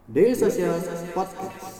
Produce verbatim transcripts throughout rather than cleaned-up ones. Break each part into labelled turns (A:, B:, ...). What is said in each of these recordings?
A: Daily Social Podcast.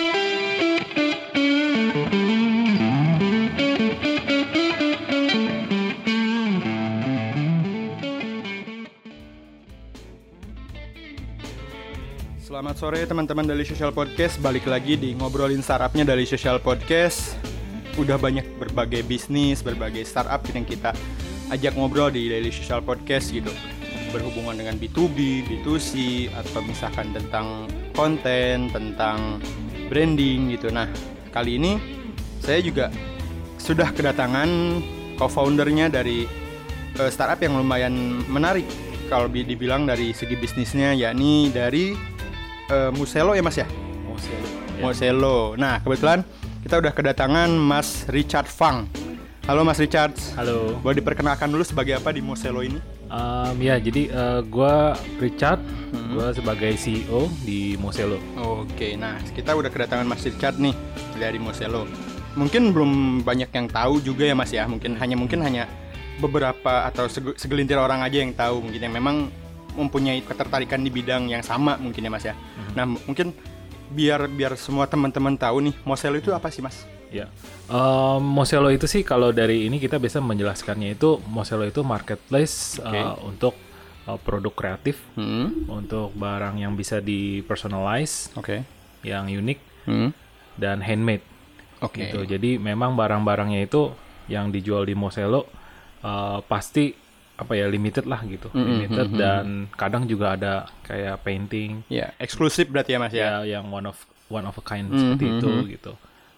B: Selamat sore teman-teman Daily Social Podcast. Balik lagi di ngobrolin startupnya Daily Social Podcast. Udah banyak berbagai bisnis, berbagai startup yang kita ajak ngobrol di Daily Social Podcast gitu, berhubungan dengan B to B, B to C, atau misalkan tentang konten, tentang branding gitu. Nah, kali ini saya juga sudah kedatangan co-foundernya dari uh, startup yang lumayan menarik kalau dibilang dari segi bisnisnya, yakni dari uh, Muselo ya Mas ya?
C: Muselo. Ya.
B: Muselo. Nah, kebetulan kita udah kedatangan Mas Richard Fang. Halo Mas Richard.
C: Halo.
B: Boleh diperkenalkan dulu sebagai apa di Muselo ini?
C: Um, ya, jadi uh, gue Richard, hmm. gue sebagai C E O di Muselo.
B: Oke, nah kita udah kedatangan Mas Richard nih dari Muselo. Mungkin belum banyak yang tahu juga ya Mas ya. Mungkin hanya mungkin hanya beberapa atau segelintir orang aja yang tahu, mungkin yang memang mempunyai ketertarikan di bidang yang sama mungkin ya Mas ya. Hmm. Nah mungkin biar biar semua teman-teman tahu nih, Muselo itu apa sih Mas?
C: Ya, um, Muselo itu sih kalau dari ini kita bisa menjelaskannya itu Muselo itu marketplace okay. uh, untuk uh, produk kreatif, hmm. untuk barang yang bisa di personalize,
B: okay.
C: yang unik
B: hmm.
C: dan handmade.
B: Okay.
C: Gitu. Jadi memang barang-barangnya itu yang dijual di Muselo uh, pasti apa ya limited lah gitu, mm-hmm, limited mm-hmm. dan kadang juga ada kayak painting,
B: ya yeah, eksklusif berarti ya Mas ya,
C: ya yang one of one of a kind mm-hmm. seperti itu gitu.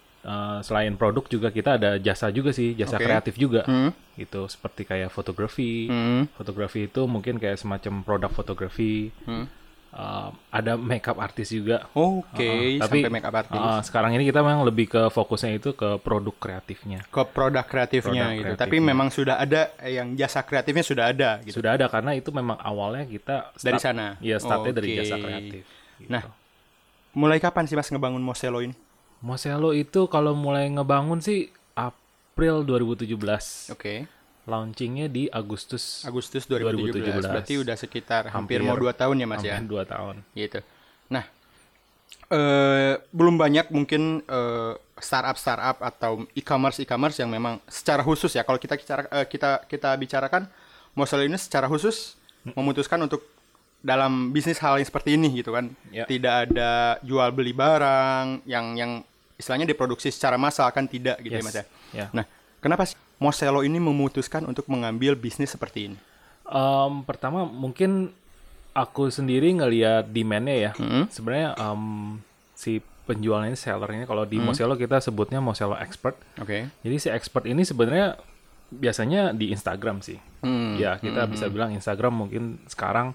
C: Uh, selain produk juga kita ada jasa juga sih, jasa okay. kreatif juga, mm-hmm. gitu seperti kayak fotografi, mm-hmm. fotografi itu mungkin kayak semacam produk fotografi. Mm-hmm. Uh, ada makeup artist juga.
B: Oke, okay, uh,
C: tapi
B: sampai makeup artist.
C: Uh, sekarang ini kita memang lebih ke fokusnya itu ke produk kreatifnya.
B: Ke produk kreatifnya produk gitu. Kreatifnya. Tapi memang sudah ada yang jasa kreatifnya sudah ada gitu.
C: Sudah ada karena itu memang awalnya kita start,
B: dari sana.
C: Iya, startnya
B: oh,
C: dari
B: okay.
C: jasa kreatif. Gitu.
B: Nah, mulai kapan sih Mas ngebangun Muselo ini?
C: Muselo itu kalau mulai ngebangun sih April dua ribu tujuh belas.
B: Oke. Okay.
C: Launchingnya di Agustus
B: Agustus dua ribu tujuh belas. dua ribu tujuh belas. Berarti udah sekitar hampir, hampir mau dua tahun ya Mas
C: hampir
B: ya?
C: Hampir dua tahun.
B: Gitu. Nah, eh, belum banyak mungkin eh, startup-startup atau e-commerce e-commerce yang memang secara khusus ya. Kalau kita bicara, eh, kita kita bicarakan Muselo ini secara khusus hmm. memutuskan untuk dalam bisnis hal yang seperti ini gitu kan. Ya. Tidak ada jual beli barang yang yang istilahnya diproduksi secara massal kan tidak gitu yes. ya Mas ya.
C: Ya.
B: Nah, kenapa sih Muselo ini memutuskan untuk mengambil bisnis seperti ini?
C: Um, pertama mungkin aku sendiri ngelihat demand-nya ya.
B: Mm-hmm.
C: Sebenarnya um, si penjualnya, sellernya kalau di mm-hmm. Muselo kita sebutnya Muselo expert.
B: Oke. Okay.
C: Jadi si expert ini sebenarnya biasanya di Instagram sih. Mm-hmm. Ya kita mm-hmm. bisa bilang Instagram mungkin sekarang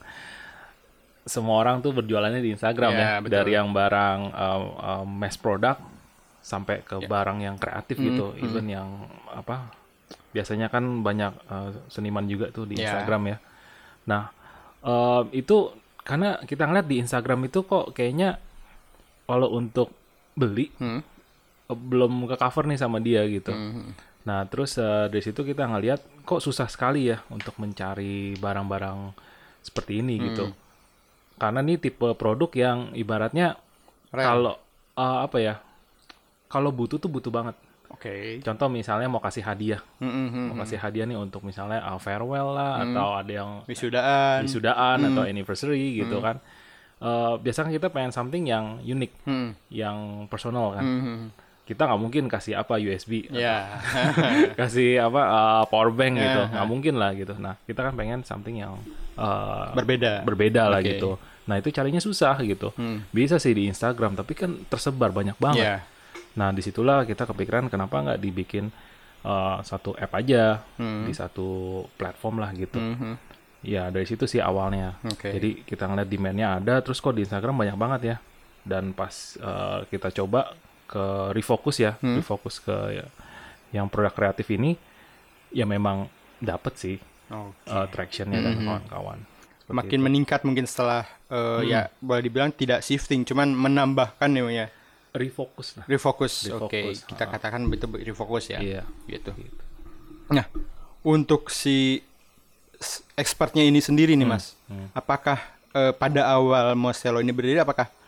C: semua orang tuh berjualannya di Instagram yeah, ya. Betul. Dari yang barang um, um, mass product sampai ke yeah. barang yang kreatif mm-hmm. gitu. Even mm-hmm. yang apa? Biasanya kan banyak uh, seniman juga tuh di yeah. Instagram ya. Nah, uh, itu karena kita ngeliat di Instagram itu kok kayaknya kalau untuk beli hmm. uh, belum ke cover nih sama dia gitu. Hmm. Nah, terus uh, dari situ kita ngeliat kok susah sekali ya untuk mencari barang-barang seperti ini hmm. gitu. Karena ini tipe produk yang ibaratnya kalau uh, apa ya? Kalau butuh tuh butuh banget.
B: Oke. Okay.
C: Contoh misalnya mau kasih hadiah,
B: mm-hmm.
C: mau kasih hadiah nih untuk misalnya uh, farewell lah, mm. atau ada yang
B: wisudaan,
C: wisudaan
B: mm.
C: atau anniversary gitu mm. kan. Uh, biasanya kita pengen something yang unik, mm. yang personal kan. Mm-hmm. Kita nggak mungkin kasih apa U S B,
B: yeah.
C: kasih apa uh, power bank gitu, nggak mungkin lah gitu. Nah kita kan pengen something yang uh,
B: berbeda,
C: berbeda lah
B: okay.
C: gitu. Nah itu carinya susah gitu. Mm. Bisa sih di Instagram, tapi kan tersebar banyak banget.
B: Yeah.
C: Nah disitulah kita kepikiran kenapa nggak dibikin uh, satu app aja hmm. di satu platform lah gitu. Hmm. Ya dari situ sih awalnya. Okay. Jadi kita ngeliat demand-nya ada, terus kok di Instagram banyak banget ya. Dan pas uh, kita coba ke refocus ya, hmm. refocus ke ya, yang produk kreatif ini, ya memang dapet sih okay. uh, traction-nya hmm. dan kawan-kawan. Seperti
B: makin
C: itu.
B: Meningkat mungkin setelah uh, hmm. ya boleh dibilang tidak shifting, cuman menambahkan ya.
C: Refocus lah.
B: Refocus, oke. Okay. Kita uh, katakan itu refocus ya.
C: Iya.
B: Gitu. gitu. Nah, untuk si expertnya ini sendiri nih, hmm. Mas. Hmm. Apakah uh, pada awal Muselo ini berdiri, apakah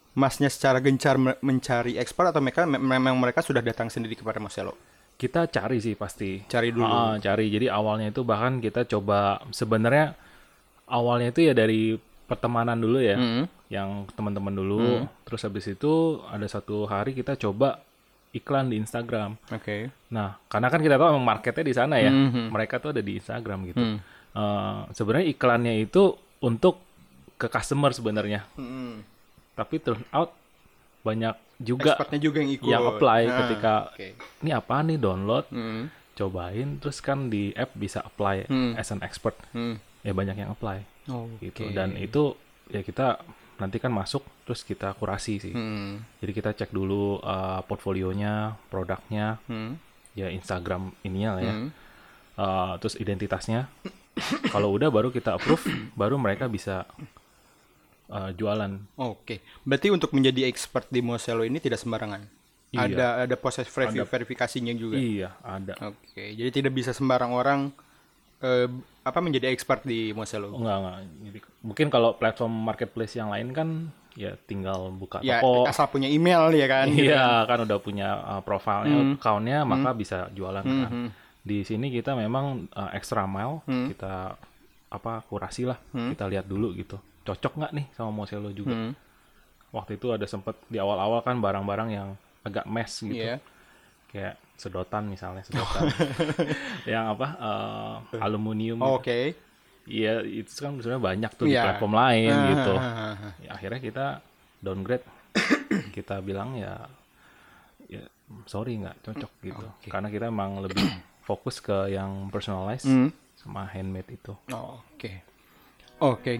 B: Masnya secara gencar me- mencari expert atau mereka memang mereka sudah datang sendiri kepada Moselo?
C: Kita cari sih pasti.
B: Cari dulu.
C: Ah, cari. Jadi awalnya itu bahkan kita coba sebenarnya awalnya itu ya dari pertemanan dulu ya, mm. yang teman-teman dulu. Mm. Terus habis itu ada satu hari kita coba iklan di Instagram.
B: Oke. Okay.
C: Nah, karena kan kita tahu memang marketnya di sana ya, mm-hmm. mereka tuh ada di Instagram gitu. Mm. Uh, sebenarnya iklannya itu untuk ke customer sebenarnya. Mm. Tapi turn out banyak juga
B: expertnya juga yang ikut,
C: yang apply nah, ketika
B: okay.
C: ini apa nih download,
B: hmm.
C: cobain, terus kan di app bisa apply hmm. as an expert, hmm. ya banyak yang apply, oh, gitu. Okay. Dan itu ya kita nanti kan masuk, terus kita kurasi sih. Hmm. Jadi kita cek dulu uh, portfolionya, produknya, hmm. ya Instagram ininya lah ya, hmm. uh, terus identitasnya. Kalau udah baru kita approve, baru mereka bisa Uh, jualan.
B: Oke, okay. Berarti untuk menjadi expert di Moselo ini tidak sembarangan. Iya. Ada ada proses verifi- ada. verifikasinya juga.
C: Iya, ada.
B: Oke, okay. Jadi tidak bisa sembarang orang uh, apa menjadi expert di Moselo.
C: Enggak, enggak. Jadi, mungkin kalau platform marketplace yang lain kan ya tinggal buka
B: ya,
C: toko.
B: Asal punya email ya kan.
C: Iya, kan udah punya uh, profilnya, hmm. account-nya, hmm. maka bisa jualan hmm. kan. Di sini kita memang uh, extra mile, hmm. kita apa kurasi lah, hmm. kita lihat dulu gitu. Cocok nggak nih sama Moselo juga. Hmm. Waktu itu ada sempat di awal-awal kan barang-barang yang agak mess gitu. Yeah. Kayak sedotan misalnya, sedotan. Yang apa, uh, aluminium.
B: Oh, oke. Okay.
C: Iya, itu kan sebenarnya banyak tuh yeah. di platform lain uh, gitu. Uh, uh, uh. Ya, akhirnya kita downgrade. Kita bilang ya, ya sorry nggak cocok gitu. Okay. Karena kita emang lebih fokus ke yang personalized mm. sama handmade itu.
B: Oh, oke. Okay. Oke. Okay.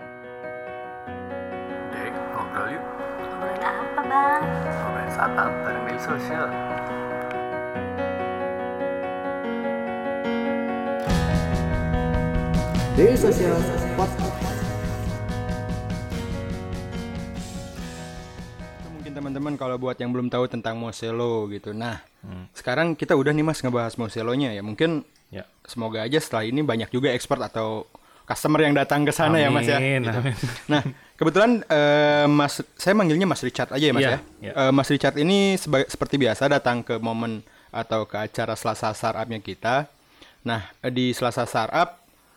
D: Bang.
E: Ngobrolin startup bareng Daily Social.
A: Daily Social Podcast.
B: Mungkin teman-teman kalau buat yang belum tahu tentang Moselo gitu. Nah, hmm. sekarang kita udah nih Mas ngebahas Moselonya ya. Mungkin ya. Semoga aja setelah ini banyak juga expert atau customer yang datang ke sana ya Mas ya. Gitu. Nah, kebetulan uh, Mas, saya manggilnya Mas Richard aja ya Mas yeah, ya. Yeah. Uh, Mas Richard ini seba- seperti biasa datang ke momen atau ke acara Selasa Startup-nya kita. Nah, di Selasa Startup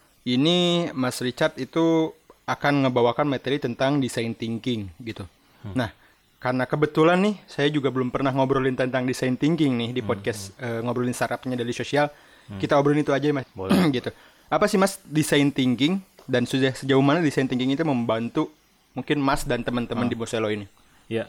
B: ini Mas Richard itu akan ngebawakan materi tentang design thinking gitu. Hmm. Nah, karena kebetulan nih saya juga belum pernah ngobrolin tentang design thinking nih di podcast hmm. uh, ngobrolin startup-nya dari sosial. Hmm. Kita obrolin itu aja Mas. Boleh. Gitu. Apa sih Mas design thinking dan sudah sejauh mana design thinking itu membantu mungkin Mas dan teman-teman oh. di Moselo ini?
C: Ya, yeah.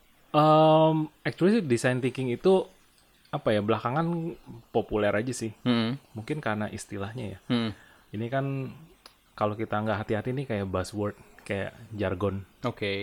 C: um, actually design thinking itu apa ya belakangan populer aja sih. Hmm. Mungkin karena istilahnya ya. Hmm. Ini kan kalau kita nggak hati-hati nih kayak buzzword, kayak jargon.
B: Oke. Okay.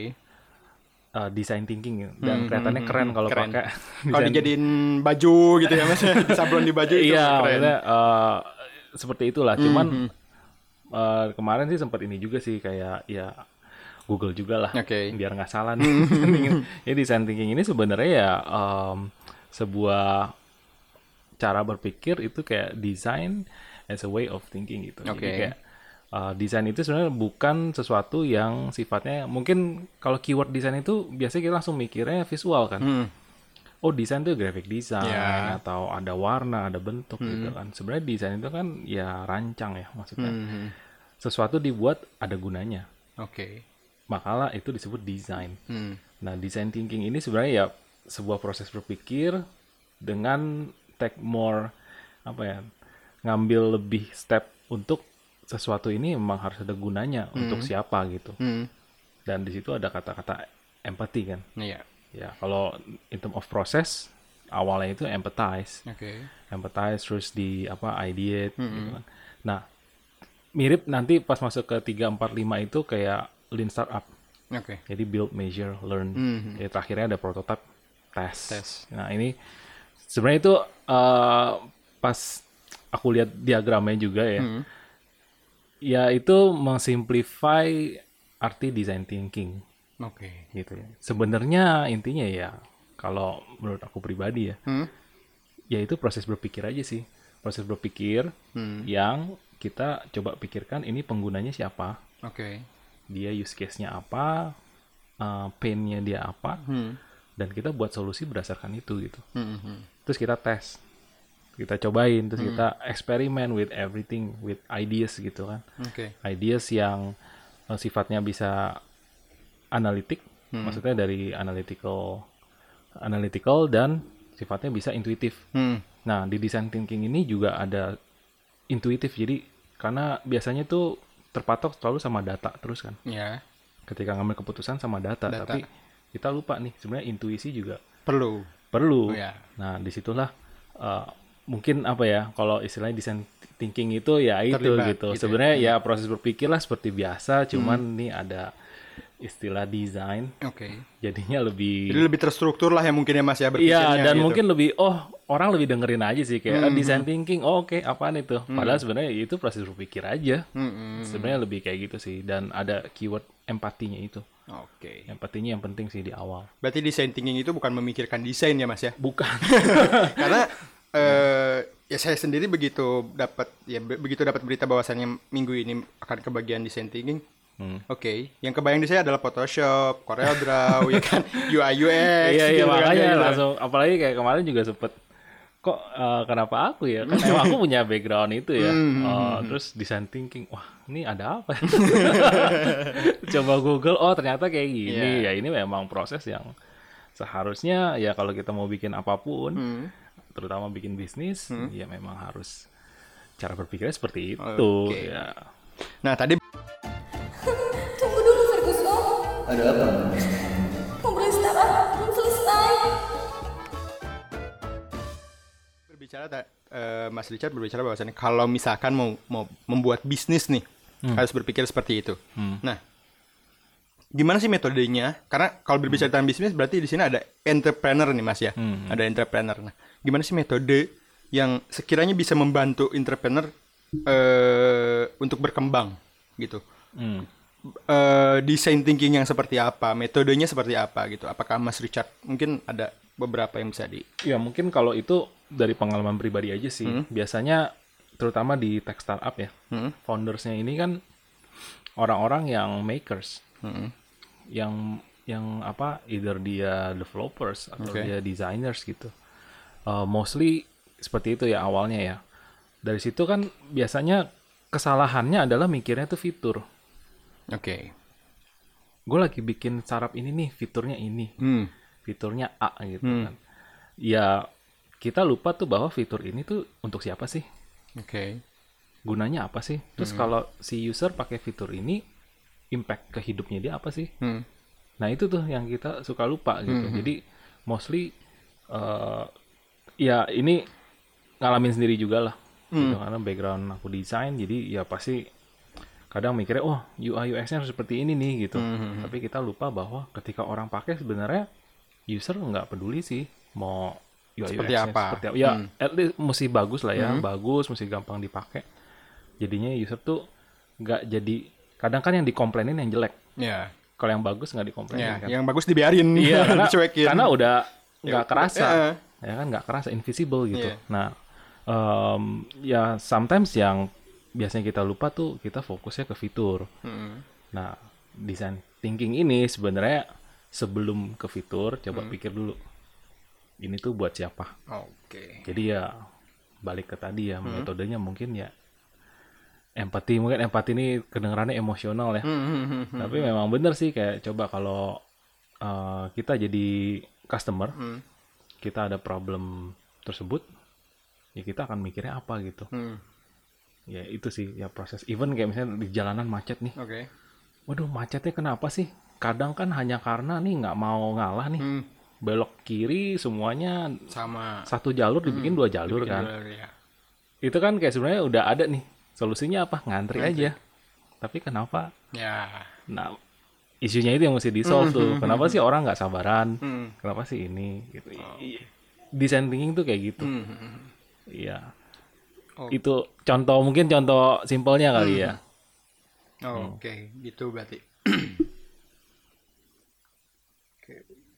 C: Uh, design thinking dan hmm, kelihatannya keren hmm, kalau pakai.
B: Kalau dijadiin baju gitu ya Mas, disablon di baju itu
C: iya,
B: keren.
C: Iya, uh, seperti itulah. Hmm, Cuman hmm. Uh, kemarin sih sempat ini juga sih kayak ya Google juga lah, okay. biar nggak salah nih. Ya design thinking ini sebenarnya ya um, sebuah cara berpikir itu kayak design as a way of thinking gitu. Okay. Jadi kayak uh, desain itu sebenarnya bukan sesuatu yang sifatnya mungkin kalau keyword desain itu biasanya kita langsung mikirnya visual kan. Hmm. Oh desain itu graphic design yeah. atau ada warna, ada bentuk hmm. gitu kan. Sebenarnya desain itu kan ya rancang ya maksudnya. Hmm. Sesuatu dibuat ada gunanya.
B: Oke. Okay.
C: Makalah itu disebut desain. Hmm. Nah design thinking ini sebenarnya ya sebuah proses berpikir dengan take more apa ya ngambil lebih step untuk sesuatu ini memang harus ada gunanya hmm. untuk siapa gitu. Hmm. Dan di situ ada kata-kata empathy kan.
B: Iya.
C: Ya, kalau in term of process awalnya itu empathize.
B: Oke. Okay.
C: Empathize terus di apa ideate mm-hmm. gitu kan. Nah, mirip nanti pas masuk ke tiga empat lima itu kayak lean startup. Oke. Okay. Jadi build, measure, learn. Mm-hmm. Jadi terakhirnya ada prototype, test. test. Nah, ini sebenarnya itu uh, pas aku lihat diagramnya juga ya. Mm-hmm. Ya itu mengsimplify arti design thinking.
B: Oke,
C: okay. gitu ya. Sebenarnya intinya ya, kalau menurut aku pribadi ya, hmm? ya itu proses berpikir aja sih, proses berpikir hmm. yang kita coba pikirkan ini penggunanya siapa,
B: oke, okay.
C: dia use case-nya apa, uh, pain-nya dia apa,
B: Hmm.
C: dan kita buat solusi berdasarkan itu gitu.
B: Hmm. hmm.
C: Terus kita tes, kita cobain, terus
B: Hmm.
C: kita eksperimen with everything, with ideas gitu kan.
B: Oke.
C: Ideas yang uh, sifatnya bisa analitik,
B: Hmm.
C: maksudnya dari analytical, analytical dan sifatnya bisa intuitif.
B: Hmm.
C: Nah, di design thinking ini juga ada intuitif, jadi karena biasanya tuh terpatok selalu sama data terus kan.
B: Ya.
C: Ketika ngambil keputusan sama data,
B: Data.
C: tapi kita lupa nih sebenarnya intuisi juga
B: Perlu.
C: perlu.
B: Oh, ya.
C: Nah, disitulah uh, mungkin apa ya, kalau istilahnya design thinking itu ya itu
B: Terlibat,
C: gitu.
B: gitu
C: Sebenarnya
B: ya.
C: ya proses berpikir lah seperti biasa, cuman nih ada istilah desain,
B: Oke.
C: jadinya lebih
B: Jadi lebih terstruktur lah ya mungkin ya Mas ya
C: iya,
B: berpikirnya.
C: dan
B: gitu.
C: mungkin lebih oh orang lebih dengerin aja sih kayak
B: Hmm,
C: "Ah, design thinking, oh, oke apaan itu? Padahal sebenarnya itu proses berpikir aja.
B: Hmm, hmm.
C: Sebenarnya lebih kayak gitu sih, dan ada keyword empatinya itu.
B: Oke.
C: Empatinya yang penting sih di awal.
B: Berarti design thinking itu bukan memikirkan desain ya Mas ya?
C: Bukan.
B: Karena eh ya saya sendiri begitu dapat ya be- begitu dapat berita bahwasannya minggu ini akan ke bagian design thinking.
C: Hmm.
B: Oke, yang kebayang di saya adalah Photoshop, Corel Draw, ya kan, U I U X.
C: Iya iya
B: gitu kan,
C: makanya
B: kayak gitu.
C: langsung, apalagi kayak kemarin juga sempet kok eh, kenapa aku ya, kan emang aku punya background itu ya.
B: Hmm,
C: Eh, terus design thinking, wah ini ada apa ya? Coba Google, oh ternyata kayak gini. Ya ini memang proses yang seharusnya ya kalau kita mau bikin apapun,
B: Hmm.
C: terutama bikin bisnis, ya memang harus cara berpikirnya seperti itu.
B: Oke.
C: Ya.
B: Nah tadi
D: Tunggu dulu Ferguson,
A: Ada apa?
D: ngobrolin startup belum selesai.
B: berbicara ta- eh, Mas Richard berbicara bahwasannya kalau misalkan mau mau membuat bisnis nih harus berpikir seperti itu. Nah, gimana sih metodenya? Karena kalau berbicara tentang bisnis berarti di sini ada entrepreneur nih Mas ya. Ada entrepreneur. Nah, gimana sih metode yang sekiranya bisa membantu entrepreneur eh, untuk berkembang gitu?
C: Hmm.
B: Eh, design thinking yang seperti apa? Metodenya seperti apa gitu? Apakah Mas Richard mungkin ada beberapa yang bisa di
C: Ya mungkin kalau itu dari pengalaman pribadi aja sih. Biasanya terutama di tech startup ya,
B: Hmm.
C: foundersnya ini kan orang-orang yang makers,
B: Hmm.
C: yang yang apa, either dia developers atau
B: Oke.
C: dia designers gitu. Uh, mostly seperti itu ya awalnya ya. Dari situ kan biasanya kesalahannya adalah mikirnya tuh fitur.
B: Oke.
C: Gue lagi bikin startup ini nih, fiturnya ini,
B: Hmm.
C: fiturnya A gitu
B: Hmm.
C: kan. Ya kita lupa tuh bahwa fitur ini tuh untuk siapa sih?
B: Oke.
C: Gunanya apa sih? Terus kalau si user pakai fitur ini, impact ke hidupnya dia apa sih?
B: Hmm.
C: Nah itu tuh yang kita suka lupa gitu. Jadi mostly uh, ya ini ngalamin sendiri juga lah. Gitu, karena background aku desain, jadi ya pasti kadang mikirnya, oh U I U X-nya harus seperti ini nih gitu. Tapi kita lupa bahwa ketika orang pakai sebenarnya user nggak peduli sih mau U I
B: Seperti
C: U X-nya
B: apa.
C: seperti apa. Ya at least mesti bagus lah ya, bagus, mesti gampang dipakai. Jadinya user tuh nggak jadi, kadang kan yang dikomplainin yang jelek.
B: Ya.
C: Kalau yang bagus nggak dikomplainin
B: Ya,
C: kan.
B: yang bagus dibiarin.
C: Iya, karena,
B: dicuekin.
C: karena udah
B: Ya,
C: nggak kerasa,
B: eh.
C: ya kan nggak kerasa, invisible gitu.
B: Iya.
C: Nah, em, ya sometimes yang biasanya kita lupa tuh kita fokusnya ke fitur.
B: Hmm.
C: Nah, design thinking ini sebenarnya sebelum ke fitur coba pikir dulu, ini tuh buat siapa.
B: Oke.
C: Jadi ya balik ke tadi ya, metodenya mungkin ya empati, mungkin empati ini kedengarannya emosional ya.
B: Hmm.
C: Tapi memang bener sih, kayak coba kalau uh, kita jadi customer, kita ada problem tersebut, ya kita akan mikirnya apa gitu.
B: Hmm.
C: Ya itu sih ya proses. Even kayak misalnya di jalanan macet nih,
B: Oke.
C: waduh macetnya kenapa sih? Kadang kan hanya karena nih nggak mau ngalah nih,
B: Hmm.
C: belok kiri semuanya
B: Sama.
C: satu jalur dibikin dua jalur
B: Bikin
C: kan.
B: jalur, ya.
C: Itu kan kayak sebenarnya udah ada nih solusinya apa, ngantri aja. Tapi kenapa?
B: Ya.
C: Nah, isunya itu yang mesti di solve tuh. Kenapa sih orang nggak sabaran?
B: Hmm.
C: Kenapa sih ini? Gitu. I- Design thinking tuh kayak gitu.
B: Hmm.
C: Iya.
B: Oh.
C: Itu contoh, mungkin contoh simpelnya kali ya.
B: Oh, Oke, gitu berarti. Oke.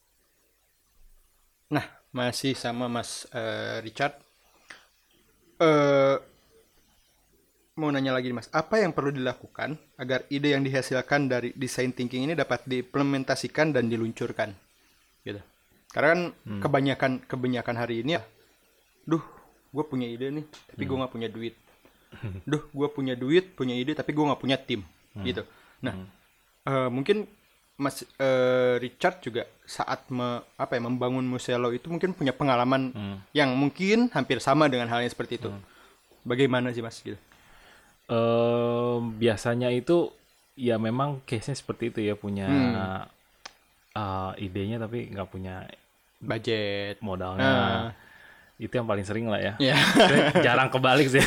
B: Nah, masih sama Mas eh, Richard. Eh mau nanya lagi Mas, apa yang perlu dilakukan agar ide yang dihasilkan dari design thinking ini dapat diimplementasikan dan diluncurkan? Gitu. Karena kan hmm. kebanyakan kebanyakan hari ini ya, duh, gue punya ide nih, tapi hmm. gue nggak punya duit. Duh, gue punya duit, punya ide, tapi gue nggak punya tim, hmm. gitu. Nah, hmm. uh, mungkin Mas uh, Richard juga saat me, apa ya, membangun Musello itu mungkin punya pengalaman hmm. yang mungkin hampir sama dengan hal yang seperti itu. Hmm. Bagaimana sih Mas? Gitu.
C: Uh, biasanya itu ya memang case-nya seperti itu ya, punya hmm. uh, idenya tapi nggak punya
B: budget,
C: modalnya. Uh. Itu yang paling sering lah ya.
B: Yeah.
C: Jarang kebalik sih.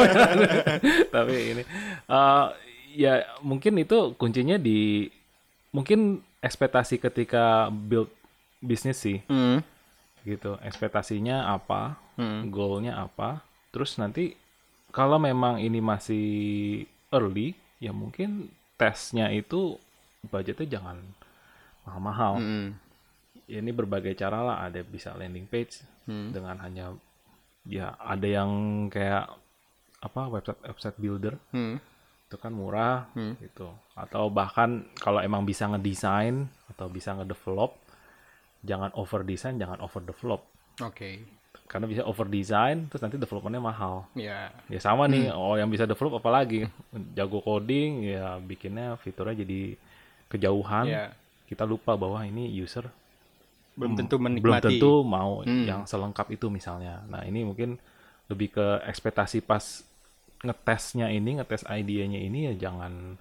C: Tapi ini uh, ya mungkin itu kuncinya di mungkin ekspektasi ketika build bisnis sih. Mm. Gitu. Ekspektasinya apa? Mm. Goalnya apa? Terus nanti kalau memang ini masih early, ya mungkin tesnya itu budgetnya jangan mahal-mahal. Mm. Ya, ini berbagai cara lah. Ada bisa landing page hmm. dengan hanya ya ada yang kayak apa website website builder hmm. itu kan murah hmm. gitu. Atau bahkan kalau emang bisa ngedesain atau bisa ngedevelop, jangan over design, jangan over develop.
B: Oke. Okay.
C: Karena bisa over design terus nanti developmentnya mahal.
B: Yeah.
C: Ya sama nih. Hmm. Oh yang bisa develop apalagi jago coding ya bikinnya fiturnya jadi kejauhan. Yeah. Kita lupa bahwa ini user
B: belum tentu
C: belum
B: menikmati,
C: tentu mau hmm. yang selengkap itu misalnya. Nah ini mungkin lebih ke ekspektasi pas ngetesnya ini, ngetes idenya ini ya jangan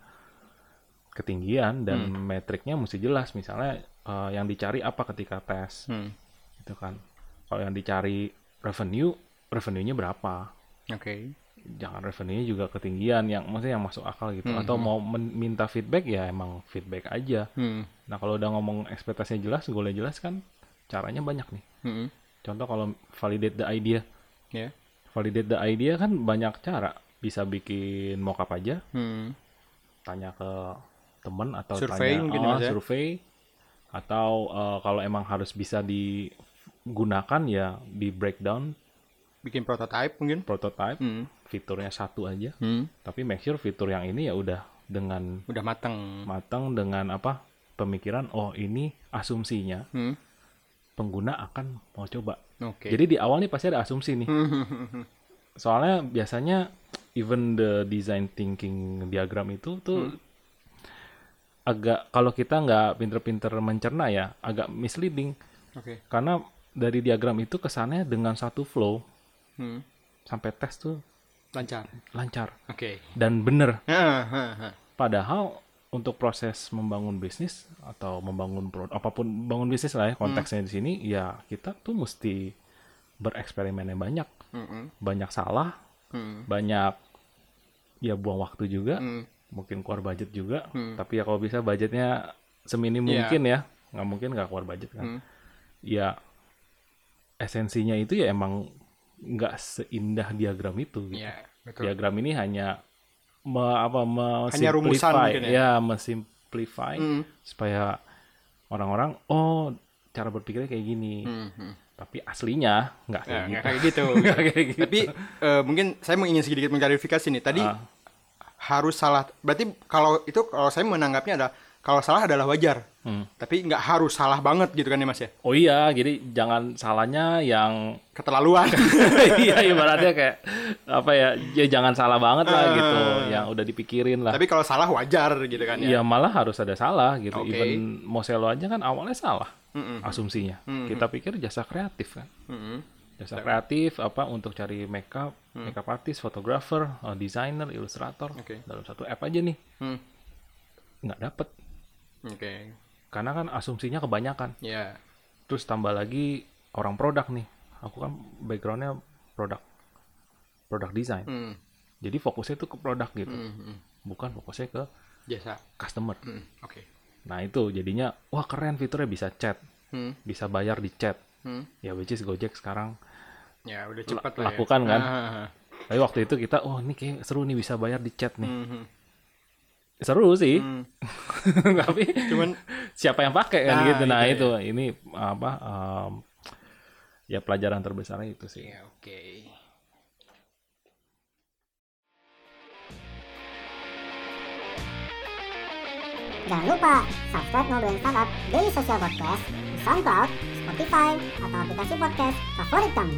C: ketinggian dan hmm. metriknya mesti jelas. Misalnya uh, yang dicari apa ketika tes, hmm. gitu kan. Kalau yang dicari revenue, revenue-nya berapa?
B: Oke. Okay.
C: Jangan revenue-nya juga ketinggian, yang maksudnya yang masuk akal gitu. Hmm. Atau mau men- minta feedback ya emang feedback aja. Hmm. Nah kalau udah ngomong ekspektasinya jelas, goalnya jelas kan, caranya banyak nih. Hmm. Contoh kalau validate the idea, yeah. validate the idea kan banyak cara. Bisa bikin mockup aja, hmm. tanya ke temen atau
B: survey,
C: tanya
B: mungkin
C: oh, survey, atau uh, kalau emang harus bisa digunakan ya di breakdown.
B: Bikin prototype mungkin.
C: Prototype, hmm. fiturnya satu aja, hmm. tapi make sure fitur yang ini ya udah dengan
B: udah matang,
C: matang dengan apa pemikiran. Oh ini asumsinya hmm. pengguna akan mau coba.
B: Okay.
C: Jadi di awal nih pasti ada asumsi nih. Soalnya biasanya even the design thinking diagram itu tuh hmm. agak kalau kita nggak pinter-pinter mencerna ya agak misleading.
B: Okay.
C: Karena dari diagram itu kesannya dengan satu flow hmm. sampai tes tuh
B: lancar,
C: lancar,
B: okay.
C: dan bener. Padahal untuk proses membangun bisnis atau membangun produk apapun bangun bisnis lah ya konteksnya hmm. di sini ya kita tuh mesti bereksperimen yang banyak, hmm. banyak salah, hmm. banyak ya buang waktu juga, hmm. mungkin keluar budget juga. Hmm. Tapi ya kalau bisa budgetnya seminim yeah. mungkin ya, nggak mungkin nggak keluar budget kan. Hmm. Ya esensinya itu ya emang nggak seindah diagram itu. Gitu.
B: Yeah, betul.
C: Diagram ini hanya me, apa
B: hanya rumusan mungkin
C: ya,
B: ya,
C: mensimplify hmm. supaya orang-orang oh cara berpikirnya kayak gini. Hmm. Tapi aslinya nggak kayak,
B: ya,
C: gitu.
B: kayak gitu. kayak gitu. Tapi uh, mungkin saya mau ingin sedikit mengklarifikasi nih. Tadi uh. harus salah. Berarti kalau itu kalau saya menanggapnya adalah kalau salah adalah wajar. Hmm. Tapi nggak harus salah banget gitu kan ya Mas ya?
C: Oh iya, jadi jangan salahnya yang
B: keterlaluan.
C: Iya, ibaratnya kayak apa ya? Ya jangan salah banget lah uh. gitu. Yang udah dipikirin lah.
B: Tapi kalau salah wajar gitu kan ya?
C: Iya, malah harus ada salah gitu.
B: Okay.
C: Even Musello aja kan awalnya salah. Mm-mm. Asumsinya mm-mm. kita pikir jasa kreatif kan, mm-mm. jasa kreatif apa untuk cari makeup, mm. makeup artist, fotografer, uh, designer, ilustrator okay. dalam satu app aja nih, mm. nggak dapet,
B: okay.
C: karena kan asumsinya kebanyakan,
B: yeah.
C: terus tambah lagi orang produk nih, aku kan backgroundnya produk, produk design, mm. jadi fokusnya tuh ke produk gitu, mm-hmm. bukan fokusnya ke
B: jasa
C: customer.
B: Mm. Oke. Okay.
C: Nah itu jadinya wah keren fiturnya bisa chat, hmm. bisa bayar di chat, hmm. ya which is Gojek sekarang
B: ya udah cepat
C: l-
B: lah
C: lakukan
B: ya.
C: kan.
B: Ah.
C: Tapi waktu itu kita oh ini kayak seru nih bisa bayar di chat nih, hmm. seru sih, hmm. tapi cuman siapa yang pakai kan nah, gitu. Nah itu, ya. Ini apa um, ya pelajaran terbesarnya itu sih.
B: Ya, oke. Okay.
F: Jangan lupa subscribe Ngobrolin Startup Daily Social Podcast di SoundCloud, Spotify, atau aplikasi podcast favorit kamu.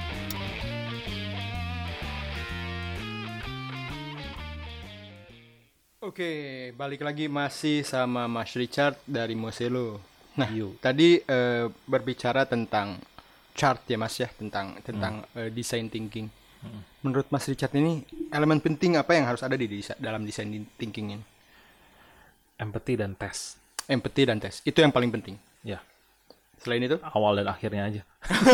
B: Oke, balik lagi masih sama Mas Richard dari Moselo. Nah, Yo. tadi uh, berbicara tentang chart ya Mas ya, tentang tentang hmm. uh, design thinking. Hmm. Menurut Mas Richard ini elemen penting apa yang harus ada di desa- dalam design thinking ini?
C: Empathy dan tes.
B: Empathy dan tes, itu yang paling penting.
C: Ya.
B: Selain itu?
C: Awal dan akhirnya aja.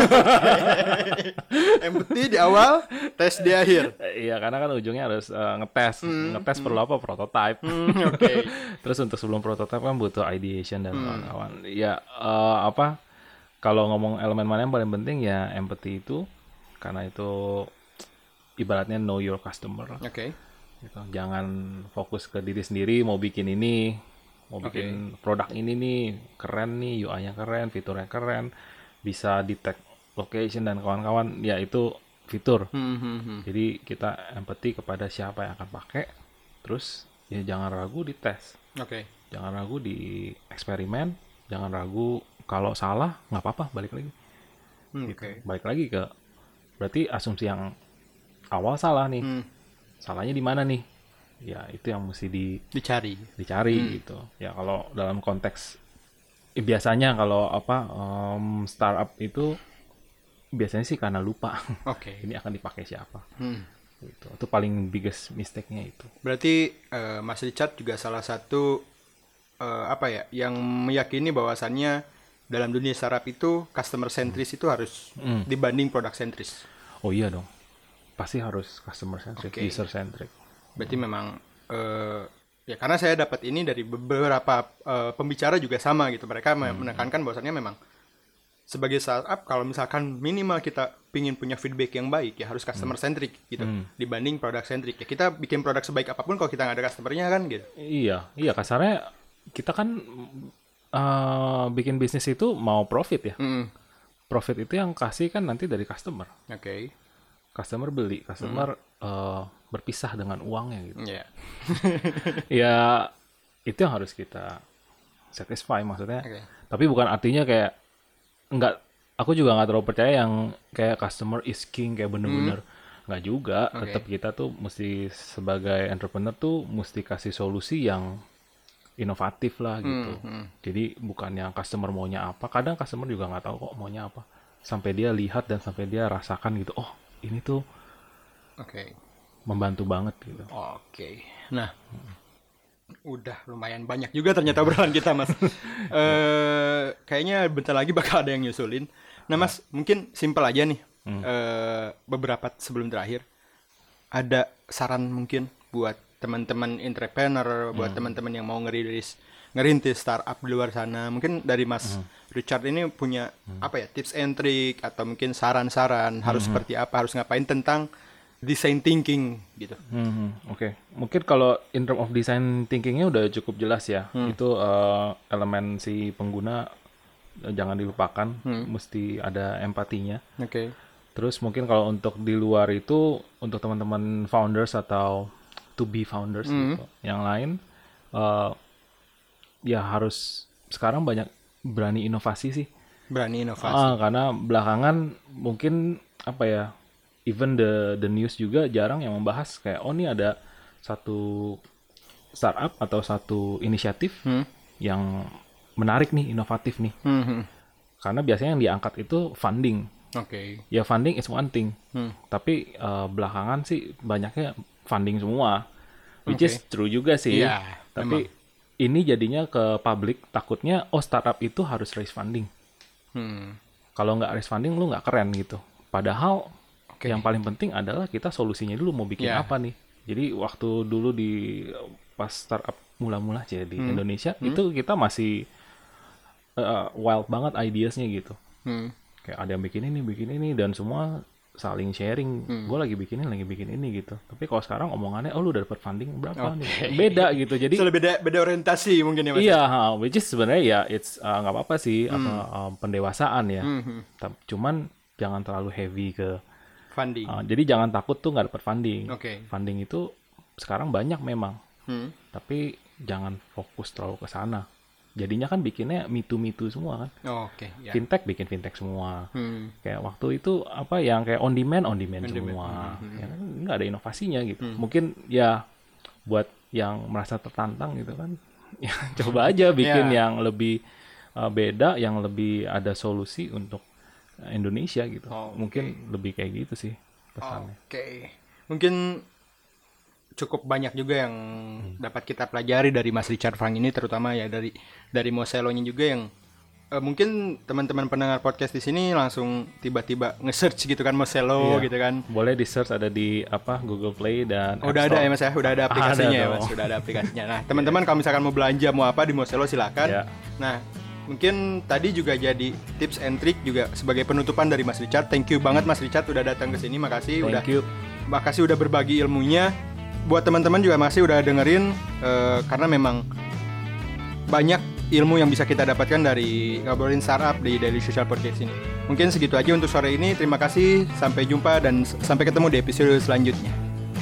B: Empathy di awal, tes di akhir.
C: Iya, karena kan ujungnya harus uh, ngetes. Hmm, ngetes hmm. perlu apa? Prototype.
B: Hmm, Oke. Okay.
C: Terus untuk sebelum prototype kan butuh ideation dan hmm. kawan-kawan. Ya uh, apa? Kalau ngomong elemen mana yang paling penting ya empathy itu, karena itu ibaratnya know your customer. Oke.
B: Okay.
C: Gitu. Jangan fokus ke diri sendiri. Mau bikin ini, mau bikin okay. produk ini nih keren nih, U I-nya keren, fiturnya keren, bisa detect location dan kawan-kawan. Ya itu fitur.
B: Hmm, hmm, hmm.
C: Jadi kita empathy kepada siapa yang akan pakai. Terus ya jangan ragu di tes.
B: Oke. Okay.
C: Jangan ragu di eksperimen. Jangan ragu kalau salah nggak apa-apa, balik lagi.
B: Hmm,
C: gitu.
B: Okay.
C: Balik lagi ke berarti asumsi yang awal salah nih. Hmm. Salahnya di mana nih? Ya itu yang mesti di
B: dicari,
C: dicari hmm. gitu. Ya kalau dalam konteks eh, biasanya kalau apa um, startup itu biasanya sih karena lupa.
B: Oke. Okay.
C: Ini akan dipakai siapa?
B: Hmm.
C: Gitu. Itu paling biggest mistake-nya itu.
B: Berarti uh, Mas Richard juga salah satu uh, apa ya yang meyakini bahwasannya dalam dunia startup itu customer centris hmm. itu harus hmm. dibanding product centris.
C: Oh iya dong. Pasti harus customer centric, okay. user centric.
B: Berarti hmm. memang uh, ya karena saya dapat ini dari beberapa uh, pembicara juga sama gitu. Mereka hmm. menekankan bahwasannya memang sebagai startup kalau misalkan minimal kita pingin punya feedback yang baik ya harus customer centric gitu hmm. dibanding product centric. Ya kita bikin produk sebaik apapun kalau kita nggak ada customernya kan gitu.
C: Iya, iya kasarnya kita kan uh, bikin bisnis itu mau profit ya. Hmm. Profit itu yang kasih kan nanti dari customer.
B: Oke. Okay.
C: Customer beli, customer hmm. uh, berpisah dengan uangnya gitu.
B: Yeah.
C: Ya itu yang harus kita satisfy maksudnya.
B: Okay.
C: Tapi bukan artinya kayak enggak. Aku juga nggak terlalu percaya yang kayak customer is king kayak bener-bener hmm. nggak juga. Okay. Tetap kita tuh mesti sebagai entrepreneur tuh mesti kasih solusi yang inovatif lah gitu. Hmm. Hmm. Jadi bukan yang customer maunya apa. Kadang customer juga nggak tahu kok maunya apa. Sampai dia lihat dan sampai dia rasakan gitu. Oh ini tuh
B: okay.
C: membantu banget gitu.
B: Oke. Okay. Nah, hmm. udah lumayan banyak juga ternyata obrolan kita, Mas. uh, kayaknya bentar lagi bakal ada yang nyusulin. Nah, Mas, hmm. mungkin simpel aja nih. Hmm. Uh, beberapa sebelum terakhir ada saran mungkin buat teman-teman entrepreneur, hmm. buat teman-teman yang mau ngerilis ngerintis startup di luar sana. Mungkin dari Mas hmm. Richard ini punya hmm. apa ya tips and trick atau mungkin saran-saran harus hmm. seperti apa, harus ngapain tentang design thinking gitu.
C: Hmm. Oke, okay. Mungkin kalau in term of design thinkingnya udah cukup jelas ya. Hmm. Itu uh, elemen si pengguna uh, jangan dilupakan, hmm. mesti ada empatinya.
B: Oke. Okay.
C: Terus mungkin kalau untuk di luar itu untuk teman-teman founders atau to be founders hmm. gitu, yang lain. Uh, Ya harus sekarang banyak berani inovasi sih.
B: Berani inovasi.
C: Ah, karena belakangan mungkin apa ya, even the the news juga jarang yang membahas kayak oh ini ada satu startup atau satu inisiatif hmm. yang menarik nih, inovatif nih. Hmm. Karena biasanya yang diangkat itu funding.
B: Oke. Okay.
C: Ya funding is one thing. Hmm. Tapi uh, belakangan sih banyaknya funding semua. Which okay. is true juga sih.
B: Yeah,
C: tapi
B: memang.
C: Ini jadinya ke publik takutnya oh startup itu harus raise funding.
B: Hmm.
C: Kalau nggak raise funding lu nggak keren gitu. Padahal okay. yang paling penting adalah kita solusinya dulu mau bikin yeah. apa nih. Jadi waktu dulu di pas startup mula-mula aja di hmm. Indonesia hmm. itu kita masih uh, wild banget ideasnya gitu. Hmm. Kayak ada yang bikin ini, bikin ini dan semua saling sharing. Hmm. Gue lagi bikin ini, lagi bikin ini gitu. Tapi kalau sekarang omongannya, oh lu udah dapat funding berapa okay. nih? Beda gitu. Jadi
B: so, beda beda orientasi mungkin ya Mas.
C: Iya, uh, which is sebenarnya ya it's nggak uh, apa-apa sih hmm. apa uh, pendewasaan ya. Hmm. Cuman jangan terlalu heavy ke
B: funding.
C: Uh, jadi jangan takut tuh nggak dapat funding.
B: Okay.
C: Funding itu sekarang banyak memang. Hmm. Tapi jangan fokus terlalu ke sana. Jadinya kan bikinnya mitu-mitu semua kan.
B: Oh, oke. Okay, ya.
C: Fintech bikin fintech semua.
B: Hmm.
C: Kayak waktu itu apa yang kayak on demand on demand on semua.
B: Hmm.
C: Ya, nggak ada inovasinya gitu.
B: Hmm.
C: Mungkin ya buat yang merasa tertantang gitu kan. Ya coba aja bikin
B: yeah.
C: yang lebih uh, beda, yang lebih ada solusi untuk Indonesia gitu.
B: Oh,
C: Mungkin
B: okay.
C: lebih kayak gitu sih pesannya.
B: Oke. Okay. Mungkin cukup banyak juga yang hmm. dapat kita pelajari dari Mas Richard Frank ini, terutama ya dari dari Mosello-nya juga yang uh, mungkin teman-teman pendengar podcast di sini langsung tiba-tiba nge-search gitu kan Mosello iya. gitu kan.
C: Boleh di-search, ada di apa Google Play dan
B: oh, udah ada ya Mas ya, udah ada aplikasinya ya Mas, sudah ada aplikasinya. Nah, teman-teman kalau misalkan mau belanja mau apa di Mosello silakan. Yeah. Nah, mungkin tadi juga jadi tips and trick juga sebagai penutupan dari Mas Richard. Thank you banget Mas Richard udah datang ke sini. Makasih
C: Thank
B: udah
C: you.
B: Makasih udah berbagi ilmunya. Buat teman-teman juga masih udah dengerin uh, karena memang banyak ilmu yang bisa kita dapatkan dari ngobrolin startup di Daily Social Podcast ini. Mungkin segitu aja untuk sore ini. Terima kasih, sampai jumpa dan s- sampai ketemu di episode selanjutnya.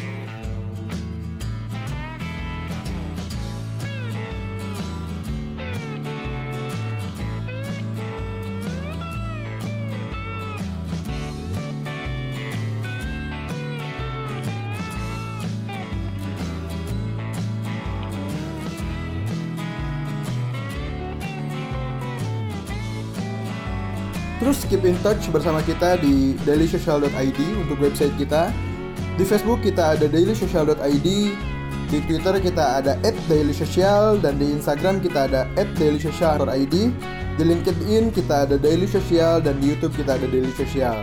G: Terus keep in touch bersama kita di daily social dot i d untuk website kita. Di Facebook kita ada daily social dot i d, di Twitter kita ada at daily social, dan di Instagram kita ada at daily social dot i d. Di LinkedIn kita ada Daily Social, dan di YouTube kita ada Daily Social.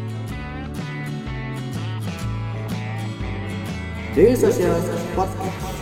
A: Daily Social Podcast.